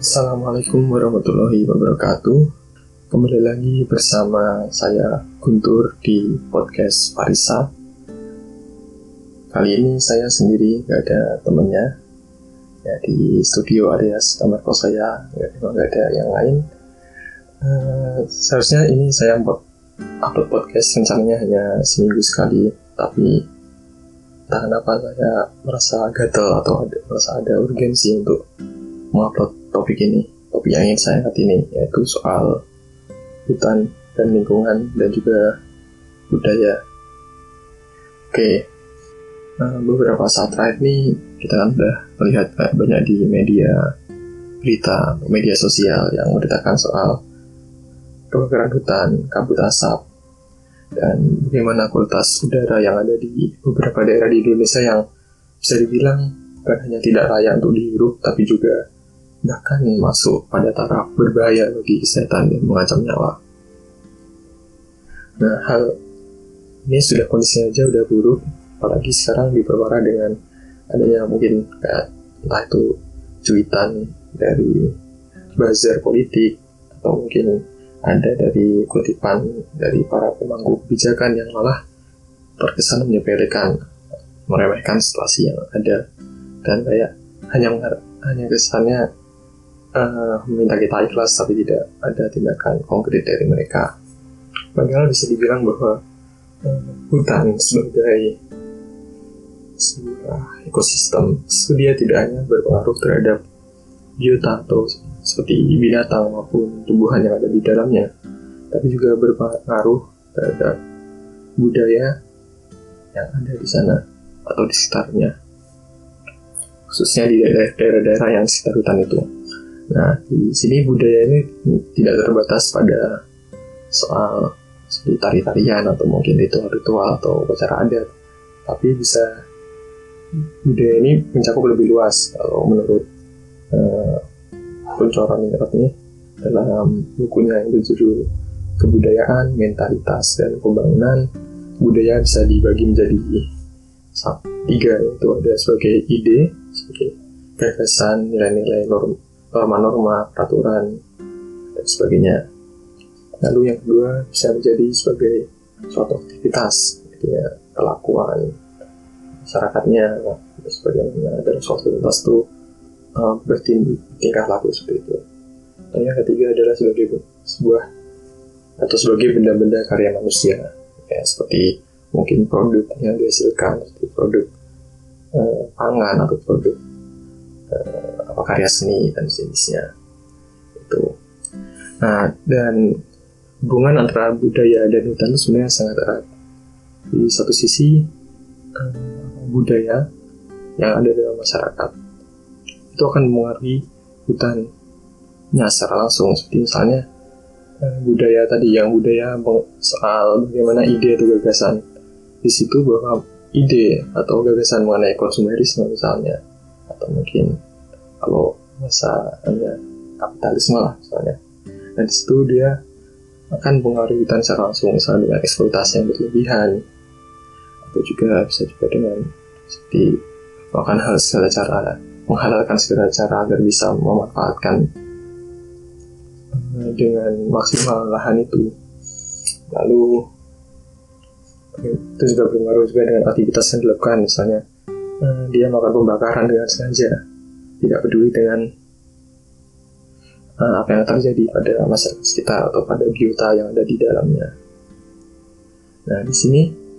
Assalamualaikum warahmatullahi wabarakatuh. Kembali lagi bersama saya Guntur di podcast Parisa. Kali ini saya sendiri, gak ada temennya. Ya, di studio alias kamar kos saya, gak ada yang lain. Seharusnya ini saya upload podcast rencananya hanya seminggu sekali, tapi entah kenapa saya merasa gatel atau merasa ada urgensi untuk mengupload topik yang ingin saya angkat ini, yaitu soal hutan dan lingkungan dan juga budaya. Oke, beberapa saat terakhir ini kita kan sudah melihat banyak di berita media sosial yang memberitakan soal kebakaran hutan, kabut asap, dan bagaimana kualitas udara yang ada di beberapa daerah di Indonesia yang bisa dibilang bukan hanya tidak layak untuk dihirup, tapi juga bahkan masuk pada taraf berbahaya bagi kesehatan dan mengancam nyawa. Nah, hal ini sudah kondisinya aja udah buruk, apalagi sekarang diperparah dengan adanya mungkin kayak entah itu cuitan dari buzzer politik atau mungkin ada dari kutipan dari para pemangku kebijakan yang malah terkesan menyepelekan, meremehkan situasi yang ada, dan kayak hanya kesannya meminta kita ikhlas tapi tidak ada tindakan konkret dari mereka. Padahal bisa dibilang bahwa hutan sebagai sebuah ekosistem dia tidak hanya berpengaruh terhadap biota atau seperti binatang maupun tumbuhan yang ada di dalamnya, tapi juga berpengaruh terhadap budaya yang ada di sana atau di sekitarnya, khususnya di daerah-daerah yang di sekitar hutan itu. Nah, di sini budaya ini tidak terbatas pada soal seperti tari-tarian atau mungkin ritual-ritual atau upacara adat, tapi budaya ini mencakup lebih luas. Kalau menurut Puncoron ini dalam bukunya yang berjudul Kebudayaan, Mentalitas, dan Pembangunan, budaya bisa dibagi menjadi 3, yaitu ada sebagai ide, sebagai gagasan, nilai-nilai, norma-norma, peraturan, dan sebagainya. Lalu yang kedua bisa menjadi sebagai suatu aktivitas, jadi kelakuan masyarakatnya, sebagaimana dalam suatu lintas itu bertingkah laku seperti itu. Dan yang ketiga adalah sebagai benda-benda karya manusia, ya, seperti mungkin produk yang dihasilkan, seperti produk pangan atau produk karya seni dan jenisnya itu. Nah, dan hubungan antara budaya dan hutan itu sebenarnya sangat erat. Di satu sisi budaya yang ada dalam masyarakat itu akan mempengaruhi hutannya secara langsung, seperti misalnya budaya soal bagaimana ide atau gagasan di situ, bahwa ide atau gagasan mengenai konsumerisme misalnya, atau mungkin kalau masanya kapitalisme lah misalnya. Nah, di situ dia akan mempengaruhi hutan secara langsung, misalnya dengan eksploitasi yang berlebihan, atau juga bisa juga dengan seperti menghalalkan segala cara agar bisa memanfaatkan dengan maksimal lahan itu. Lalu itu juga berpengaruh juga dengan aktivitas yang dilakukan, misalnya dia melakukan pembakaran dengan sengaja, tidak peduli dengan apa yang terjadi pada masyarakat sekitar atau pada biota yang ada di dalamnya. Nah, di sini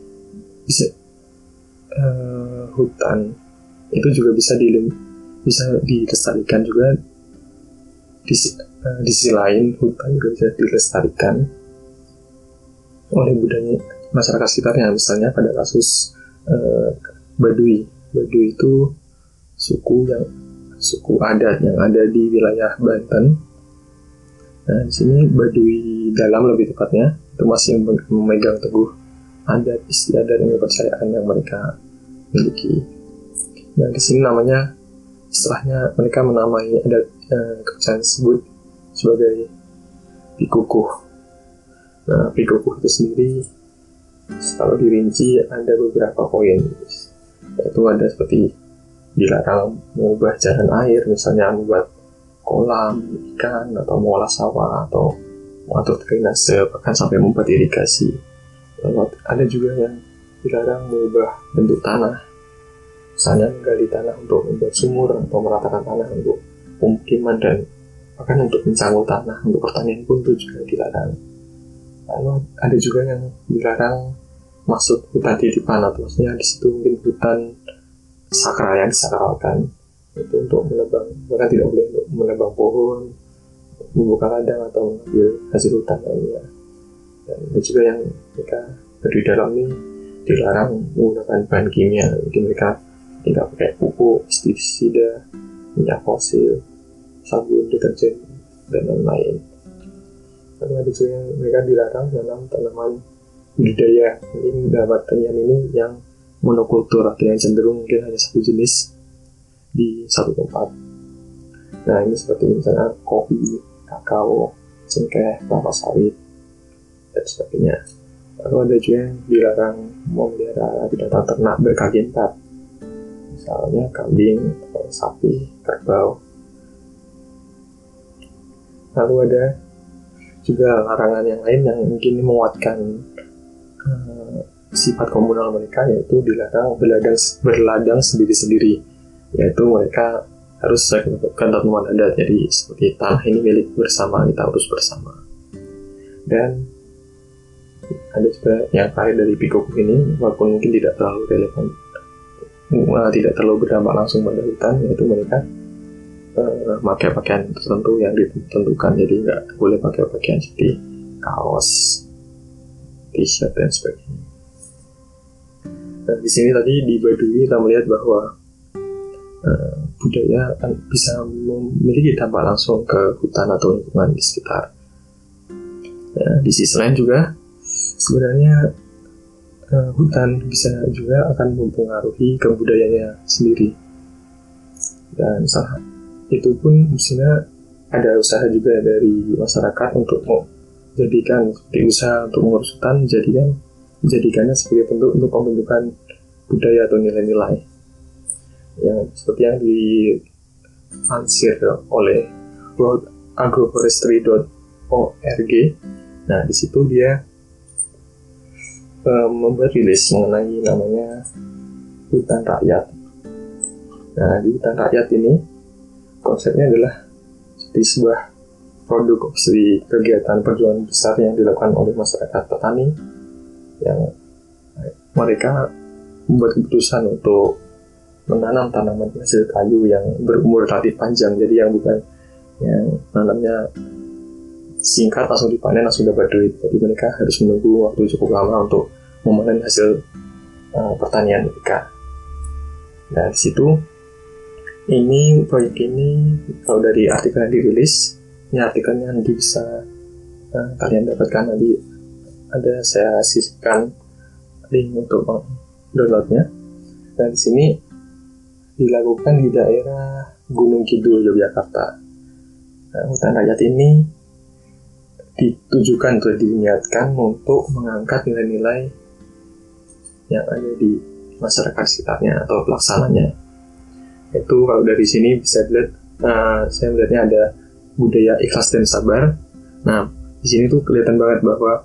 hutan itu juga bisa dilestarikan juga. Di sisi lain, hutan juga bisa dilestarikan oleh budaya masyarakat sekitarnya. Misalnya pada kasus Baduy itu suku adat yang ada di wilayah Banten. Nah, di sini Baduy dalam lebih tepatnya itu masih memegang teguh adat istiadat dan kepercayaan yang mereka miliki. Nah, di sini istilahnya mereka menamai adat kepercayaan tersebut sebagai pikukuh. Nah, pikukuh itu sendiri kalau dirinci ada beberapa poin, yaitu ada seperti dilarang mengubah jalan air, misalnya membuat kolam ikan atau mengolah sawah atau mengatur drainase, bahkan sampai membuat irigasi. Lalu ada juga yang dilarang mengubah bentuk tanah, misalnya menggali tanah untuk membuat sumur atau meratakan tanah untuk pemukiman dan bahkan untuk mencangkul tanah untuk pertanian pun itu juga dilarang. Lalu ada juga yang dilarang masuk hutan titipan, atau maksudnya di situ mungkin hutan sakral yang disakralkan, itu untuk menebang, bahkan tidak boleh untuk menebang pohon, membuka ladang atau mengambil hasil hutan lainnya. Dan ada juga yang mereka di dalam ini dilarang menggunakan bahan kimia, jadi mereka tidak pakai pupuk, pestisida, minyak fosil, sabun, deterjen, dan lain-lain. Lalu ada juga yang mereka dilarang menanam tanaman budidaya. Ini dalam pertanian ini yang monokultur, atau yang cenderung mungkin hanya satu jenis di satu tempat. Nah, ini seperti misalnya kopi, kakao, cengkeh, kelapa sawit, dan sebagainya. Lalu ada juga yang dilarang memelihara binatang ternak berkaki empat, misalnya kambing, atau sapi, kerbau. Lalu ada juga larangan yang lain yang mungkin menguatkan sifat komunal mereka, yaitu dilarang berladang sendiri-sendiri, yaitu mereka harus sesuai ketentuan adat. Jadi seperti tanah ini milik bersama, kita urus bersama. Dan ada juga yang terakhir dari Pikuk ini, walaupun mungkin tidak terlalu relevan, tidak terlalu berdampak langsung pada hutan, yaitu mereka pakai pakaian tertentu yang ditentukan. Jadi nggak boleh pakai pakaian seperti kaos, t-shirt, dan sebagainya. Nah, di sini tadi di Baduy kita melihat bahwa budaya bisa memiliki dampak langsung ke hutan atau lingkungan di sekitar. Nah, di sisi lain juga sebenarnya hutan bisa juga akan mempengaruhi kebudayaannya sendiri. Dan salah itu pun mestinya ada usaha juga dari masyarakat untuk menjadikan seperti usaha untuk mengurus hutan, menjadikannya sebagai bentuk untuk pembentukan budaya atau nilai-nilai yang seperti yang dilansir oleh worldagroforestry.org. Nah, di situ dia membuat rilis mengenai namanya hutan rakyat. Nah, di hutan rakyat ini konsepnya adalah seperti sebuah produk, seperti kegiatan perjuangan besar yang dilakukan oleh masyarakat petani yang mereka membuat keputusan untuk menanam tanaman hasil kayu yang berumur relatif panjang. Jadi yang bukan yang nanamnya singkat langsung dipanen langsung dapat duit. Jadi mereka harus menunggu waktu cukup lama untuk memanen hasil pertanian mereka. Nah, di situ ini proyek ini kalau dari artikel yang dirilis, ini artikelnya nanti bisa kalian dapatkan, nanti ada saya sisipkan link untuk downloadnya. Dan di sini dilakukan di daerah Gunung Kidul, Yogyakarta. Nah, hutan rakyat ini ditujukan atau diniatkan untuk mengangkat nilai-nilai yang ada di masyarakat sekitarnya atau pelaksananya. Itu kalau dari sini bisa dilihat, saya melihatnya ada budaya ikhlas dan sabar. Nah, di sini tuh kelihatan banget bahwa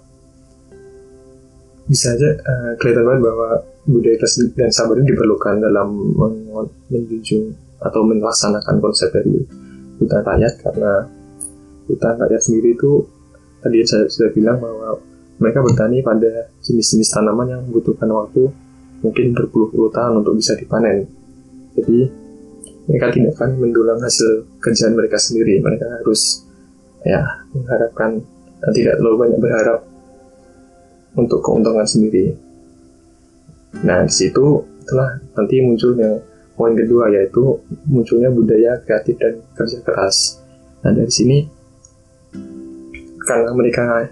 bisa aja kelihatan banget bahwa budaya ikhlas dan sabar ini diperlukan dalam menjunjung atau melaksanakan konsep dari hutan rakyat, karena hutan rakyat sendiri itu tadi saya sudah bilang bahwa mereka bertani pada jenis-jenis tanaman yang membutuhkan waktu mungkin berpuluh-puluh tahun untuk bisa dipanen. Jadi mereka tidak akan mendulang hasil kerjaan mereka sendiri. Mereka harus mengharapkan, tidak terlalu banyak berharap untuk keuntungan sendiri. Nah, di situ telah nanti muncul yang poin kedua, yaitu munculnya budaya kreatif dan kerja keras. Nah, dari sini karena mereka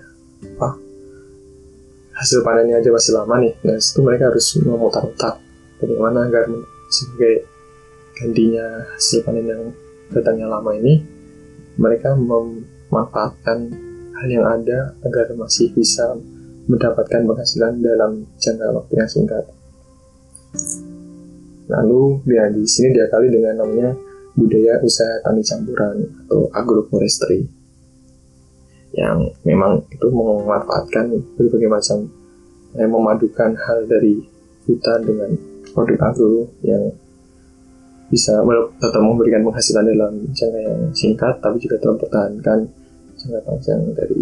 hasil panennya aja masih lama nih, nah itu mereka harus memutar otak bagaimana agar sebagai gantinya hasil panen yang datangnya lama ini, mereka memanfaatkan hal yang ada agar masih bisa mendapatkan penghasilan dalam jangka waktu yang singkat. Lalu di sini diakali dengan namanya budaya usaha tani campuran atau agroforestry, yang memang itu memanfaatkan berbagai macam, memadukan hal dari hutan dengan produk agro yang bisa tetap memberikan penghasilan dalam jangka yang singkat, tapi juga tetap mempertahankan jangka panjang dari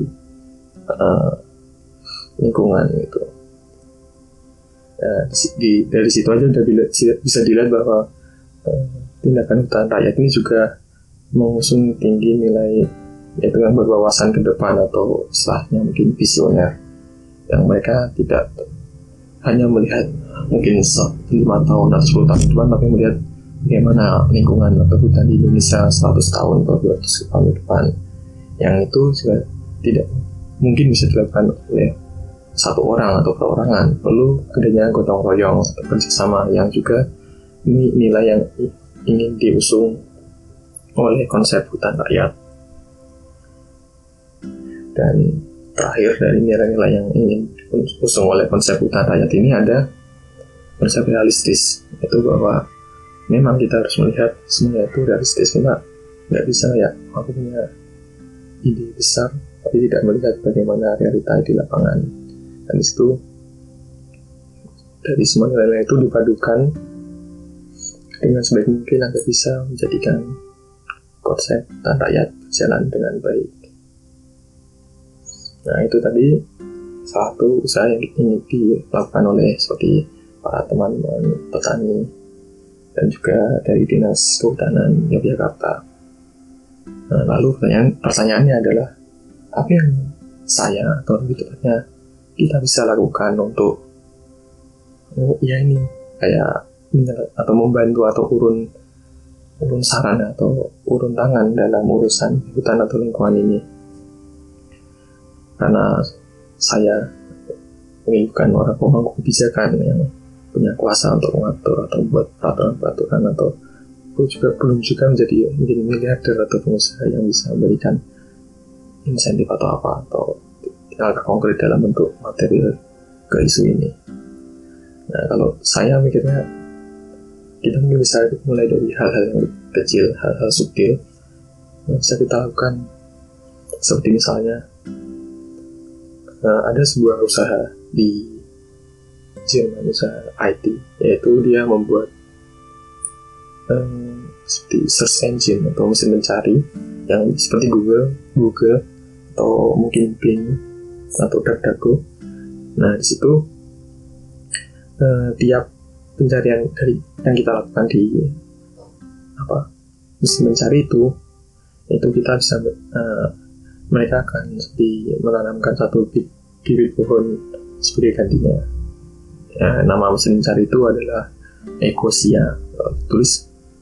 lingkungan gitu. Nah, dari situ aja udah bisa dilihat bahwa tindakan hutan rakyat ini juga mengusung tinggi nilai, yaitu yang berwawasan ke depan atau istilahnya mungkin visioner, yang mereka tidak hanya melihat mungkin 5 tahun atau 10 tahun ke depan, tapi melihat bagaimana lingkungan atau hutan di Indonesia 100 tahun atau 200 tahun ke depan, yang itu juga tidak mungkin bisa dilakukan oleh satu orang atau perorangan. Perlu adanya gotong royong atau kerjasama, yang juga ini nilai yang ingin diusung oleh konsep hutan rakyat. Dan terakhir dari nilai-nilai yang ingin diusung oleh konsep hutan rakyat ini ada konsep realistis, yaitu bahwa memang kita harus melihat semuanya itu realistis. Kita nggak bisa aku punya ide besar tapi tidak melihat bagaimana realita di lapangan. Dan disitu dari semua nilai-nilai itu dipadukan dengan sebaik mungkin agar bisa menjadikan konsep hutan rakyat berjalan dengan baik. Nah, itu tadi salah satu usaha yang ingin dilakukan oleh seperti para teman-teman petani dan juga dari Dinas Kehutanan Yogyakarta. Nah, lalu pertanyaannya adalah, apa yang saya atau lebih tepatnya kita bisa lakukan untuk ini kayak atau membantu atau urun saran atau urun tangan dalam urusan hutan atau lingkungan ini. Karena saya bukan orang pemangku kebijakan yang punya kuasa untuk mengatur atau membuat peraturan-peraturan, atau belum juga menjadi miliarder atau pengusaha yang bisa memberikan insentif atau apa, atau langkah konkret dalam bentuk material ke isu ini. Nah, kalau saya mikirnya kita mungkin bisa mulai dari hal-hal yang kecil, hal-hal subtil yang bisa kita lakukan. Seperti misalnya ada sebuah usaha di Jerman, usaha IT, yaitu dia membuat seperti search engine atau mesin pencari yang seperti Google atau mungkin Bing atau DuckDuckGo. Nah, di situ tiap pencarian dari yang kita lakukan di mesin pencari itu kita bisa mereka akan menanamkan satu bibit pohon sebagai gantinya. Ya, nama mesin pencari itu adalah Ecosia, tulis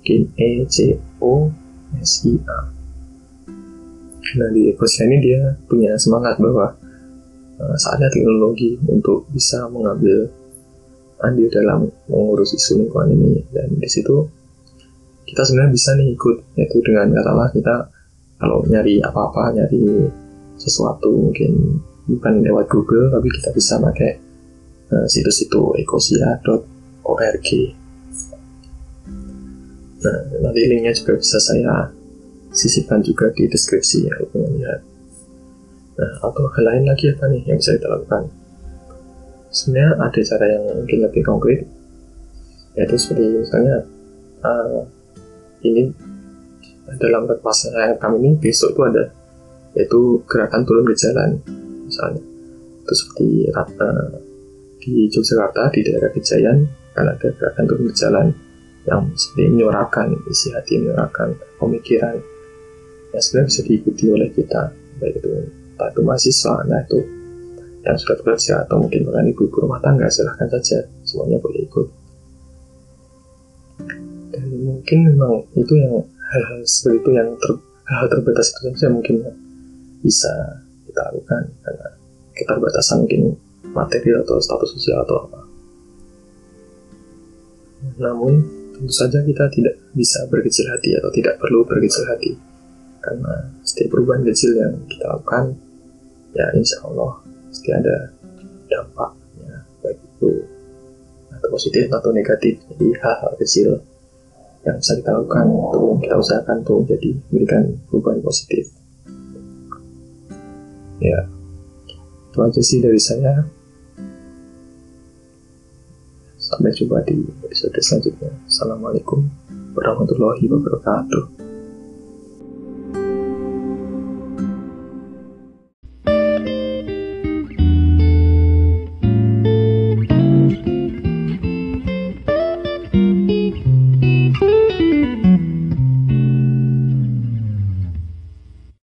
ECOSIA. Nah, di Ecosia ini dia punya semangat bahwa saatnya teknologi untuk bisa mengambil andil dalam mengurus isu lingkungan ini. Dan di situ kita sebenarnya bisa nih ikut, yaitu dengan katakanlah kita kalau nyari apa-apa, nyari sesuatu mungkin bukan lewat Google, tapi kita bisa pakai situs itu ecosia.org. Nah, nanti linknya juga bisa saya sisipkan juga di deskripsi kalau pengen lihat. Nah, atau hal lain lagi apa nih yang bisa kita lakukan? Sebenarnya ada cara yang mungkin lebih konkret, yaitu seperti misalnya ini dalam masa kami ini besok itu ada, yaitu gerakan turun ke jalan. Misalnya itu seperti di Yogyakarta, di daerah Kejayaan kan ada gerakan turun ke jalan yang seperti menyuarakan isi hati, menyuarakan pemikiran yang sebenarnya bisa diikuti oleh kita, baik itu entah itu mahasiswa, entah itu yang sudah bekerja, atau mungkin bahkan ibu-ibu rumah tangga, silahkan saja, semuanya boleh ikut. Dan mungkin memang itu yang hal-hal seperti itu yang hal terbatas itu saja mungkin bisa kita lakukan karena keterbatasan mungkin material atau status sosial atau apa. Namun tentu saja kita tidak bisa berkecil hati atau tidak perlu berkecil hati, karena setiap perubahan kecil yang kita lakukan ya insya Allah pasti ada dampaknya, baik itu atau positif atau negatif. Jadi hal-hal kecil yang bisa kita lakukan untuk kita usahakan untuk jadi memberikan perubahan positif. Ya, itu aja sih dari saya. Sampai jumpa di episode selanjutnya. Assalamualaikum warahmatullahi wabarakatuh.